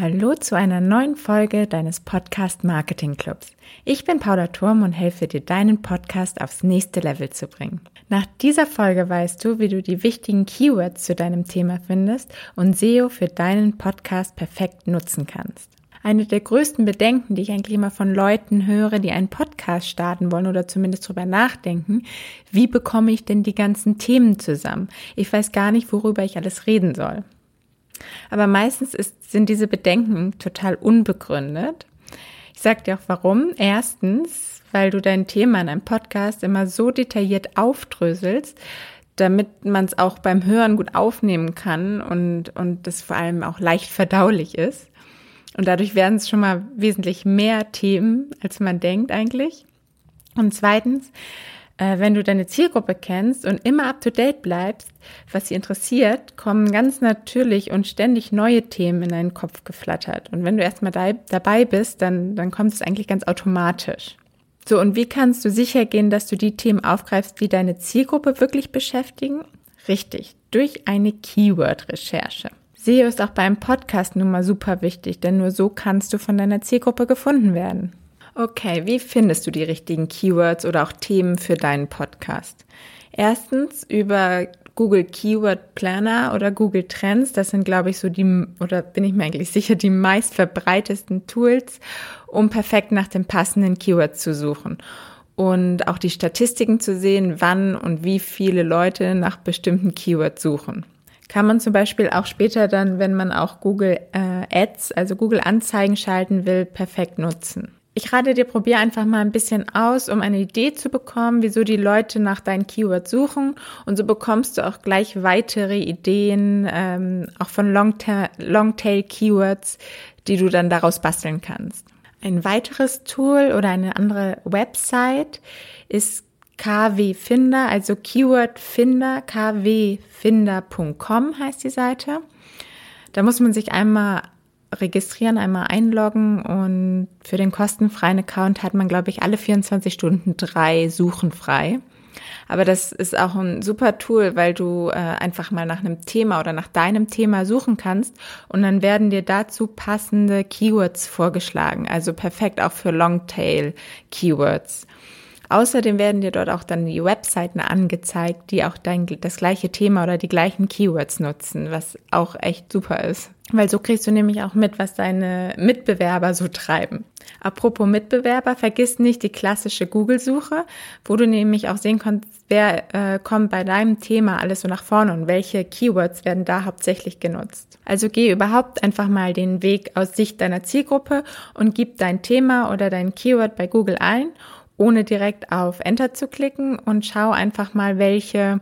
Hallo zu einer neuen Folge deines Podcast Marketing Clubs. Ich bin Paula Thurm und helfe dir, deinen Podcast aufs nächste Level zu bringen. Nach dieser Folge weißt du, wie du die wichtigen Keywords zu deinem Thema findest und SEO für deinen Podcast perfekt nutzen kannst. Eine der größten Bedenken, die ich eigentlich immer von Leuten höre, die einen Podcast starten wollen oder zumindest drüber nachdenken, wie bekomme ich denn die ganzen Themen zusammen? Ich weiß gar nicht, worüber ich alles reden soll. Aber meistens sind diese Bedenken total unbegründet. Ich sage dir auch warum. Erstens, weil du dein Thema in einem Podcast immer so detailliert aufdröselst, damit man es auch beim Hören gut aufnehmen kann und das vor allem auch leicht verdaulich ist. Und dadurch werden es schon mal wesentlich mehr Themen, als man denkt eigentlich. Und zweitens, wenn du deine Zielgruppe kennst und immer up-to-date bleibst, was sie interessiert, kommen ganz natürlich und ständig neue Themen in deinen Kopf geflattert. Und wenn du erstmal dabei bist, dann kommt es eigentlich ganz automatisch. So, und wie kannst du sicher gehen, dass du die Themen aufgreifst, die deine Zielgruppe wirklich beschäftigen? Richtig, durch eine Keyword-Recherche. SEO ist auch beim Podcast nun mal super wichtig, denn nur so kannst du von deiner Zielgruppe gefunden werden. Okay, wie findest du die richtigen Keywords oder auch Themen für deinen Podcast? Erstens über Google Keyword Planner oder Google Trends. Das sind, glaube ich, bin ich mir eigentlich sicher, die meist verbreitesten Tools, um perfekt nach den passenden Keywords zu suchen. Und auch die Statistiken zu sehen, wann und wie viele Leute nach bestimmten Keywords suchen. Kann man zum Beispiel auch später dann, wenn man auch Google Ads, also Google Anzeigen schalten will, perfekt nutzen. Ich rate dir, probier einfach mal ein bisschen aus, um eine Idee zu bekommen, wieso die Leute nach deinen Keywords suchen. Und so bekommst du auch gleich weitere Ideen, auch von Longtail-Keywords, die du dann daraus basteln kannst. Ein weiteres Tool oder eine andere Website ist KW Finder, also Keyword Finder, kwfinder.com heißt die Seite. Da muss man sich einmal registrieren, einmal einloggen und für den kostenfreien Account hat man, glaube ich, alle 24 Stunden 3 Suchen frei. Aber das ist auch ein super Tool, weil du einfach mal nach einem Thema oder nach deinem Thema suchen kannst und dann werden dir dazu passende Keywords vorgeschlagen, also perfekt auch für Longtail-Keywords. Außerdem werden dir dort auch dann die Webseiten angezeigt, die auch das gleiche Thema oder die gleichen Keywords nutzen, was auch echt super ist. Weil so kriegst du nämlich auch mit, was deine Mitbewerber so treiben. Apropos Mitbewerber, vergiss nicht die klassische Google-Suche, wo du nämlich auch sehen kannst, wer kommt bei deinem Thema alles so nach vorne und welche Keywords werden da hauptsächlich genutzt. Also geh überhaupt einfach mal den Weg aus Sicht deiner Zielgruppe und gib dein Thema oder dein Keyword bei Google ein, ohne direkt auf Enter zu klicken und schau einfach mal, welche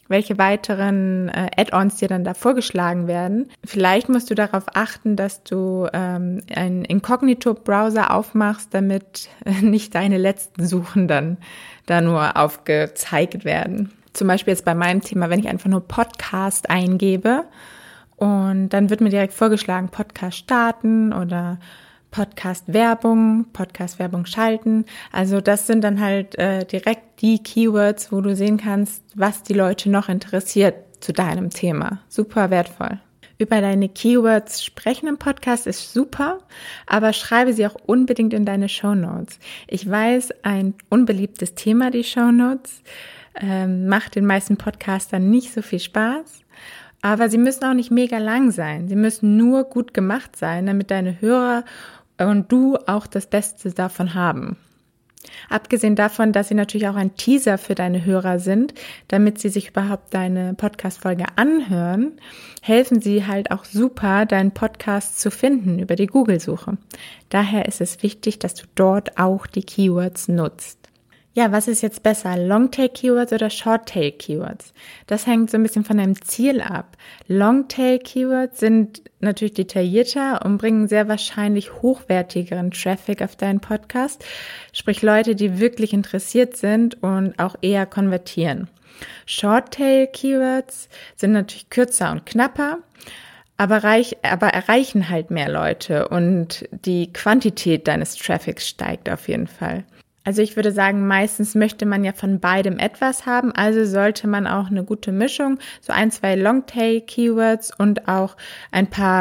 weiteren Add-ons dir dann da vorgeschlagen werden. Vielleicht musst du darauf achten, dass du einen Inkognito-Browser aufmachst, damit nicht deine letzten Suchen dann da nur aufgezeigt werden. Zum Beispiel jetzt bei meinem Thema, wenn ich einfach nur Podcast eingebe und dann wird mir direkt vorgeschlagen, Podcast starten oder Podcast-Werbung schalten. Also das sind dann halt direkt die Keywords, wo du sehen kannst, was die Leute noch interessiert zu deinem Thema. Super wertvoll. Über deine Keywords sprechen im Podcast ist super, aber schreibe sie auch unbedingt in deine Shownotes. Ich weiß, ein unbeliebtes Thema, die Shownotes, macht den meisten Podcastern nicht so viel Spaß. Aber sie müssen auch nicht mega lang sein. Sie müssen nur gut gemacht sein, damit deine Hörer und du auch das Beste davon haben. Abgesehen davon, dass sie natürlich auch ein Teaser für deine Hörer sind, damit sie sich überhaupt deine Podcast-Folge anhören, helfen sie halt auch super, deinen Podcast zu finden über die Google-Suche. Daher ist es wichtig, dass du dort auch die Keywords nutzt. Ja, was ist jetzt besser? Longtail-Keywords oder Shorttail-Keywords? Das hängt so ein bisschen von deinem Ziel ab. Longtail-Keywords sind natürlich detaillierter und bringen sehr wahrscheinlich hochwertigeren Traffic auf deinen Podcast. Sprich Leute, die wirklich interessiert sind und auch eher konvertieren. Shorttail-Keywords sind natürlich kürzer und knapper, aber erreichen halt mehr Leute und die Quantität deines Traffics steigt auf jeden Fall. Also ich würde sagen, meistens möchte man ja von beidem etwas haben, also sollte man auch eine gute Mischung, so 1, 2 Longtail-Keywords und auch ein paar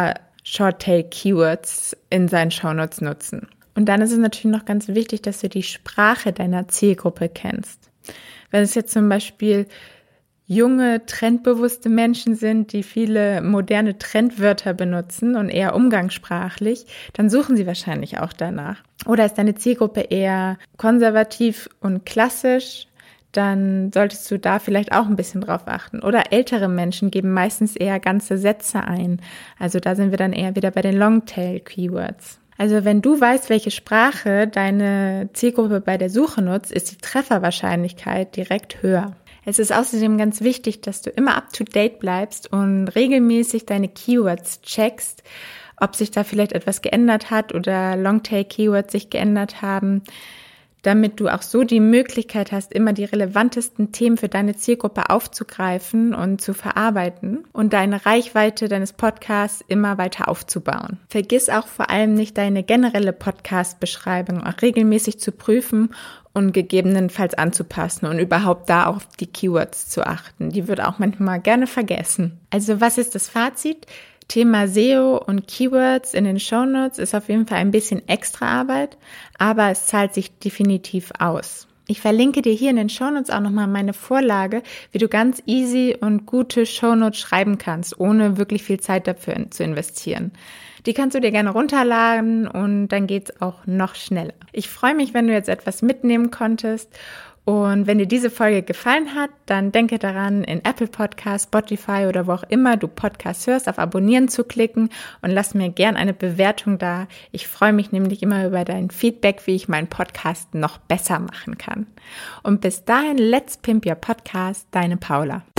Short-Tail-Keywords in seinen Shownotes nutzen. Und dann ist es natürlich noch ganz wichtig, dass du die Sprache deiner Zielgruppe kennst. Wenn es jetzt zum Beispiel junge, trendbewusste Menschen sind, die viele moderne Trendwörter benutzen und eher umgangssprachlich, dann suchen sie wahrscheinlich auch danach. Oder ist deine Zielgruppe eher konservativ und klassisch, dann solltest du da vielleicht auch ein bisschen drauf achten. Oder ältere Menschen geben meistens eher ganze Sätze ein. Also da sind wir dann eher wieder bei den Longtail-Keywords. Also wenn du weißt, welche Sprache deine Zielgruppe bei der Suche nutzt, ist die Trefferwahrscheinlichkeit direkt höher. Es ist außerdem ganz wichtig, dass du immer up-to-date bleibst und regelmäßig deine Keywords checkst, ob sich da vielleicht etwas geändert hat oder Longtail-Keywords sich geändert haben, damit du auch so die Möglichkeit hast, immer die relevantesten Themen für deine Zielgruppe aufzugreifen und zu verarbeiten und deine Reichweite deines Podcasts immer weiter aufzubauen. Vergiss auch vor allem nicht, deine generelle Podcast-Beschreibung auch regelmäßig zu prüfen und gegebenenfalls anzupassen und überhaupt da auf die Keywords zu achten. Die wird auch manchmal gerne vergessen. Also was ist das Fazit? Thema SEO und Keywords in den Shownotes ist auf jeden Fall ein bisschen extra Arbeit, aber es zahlt sich definitiv aus. Ich verlinke dir hier in den Shownotes auch nochmal meine Vorlage, wie du ganz easy und gute Shownotes schreiben kannst, ohne wirklich viel Zeit dafür zu investieren. Die kannst du dir gerne runterladen und dann geht's auch noch schneller. Ich freue mich, wenn du jetzt etwas mitnehmen konntest. Und wenn dir diese Folge gefallen hat, dann denke daran, in Apple Podcasts, Spotify oder wo auch immer du Podcasts hörst, auf Abonnieren zu klicken und lass mir gern eine Bewertung da. Ich freue mich nämlich immer über dein Feedback, wie ich meinen Podcast noch besser machen kann. Und bis dahin, let's pimp your podcast, deine Paula.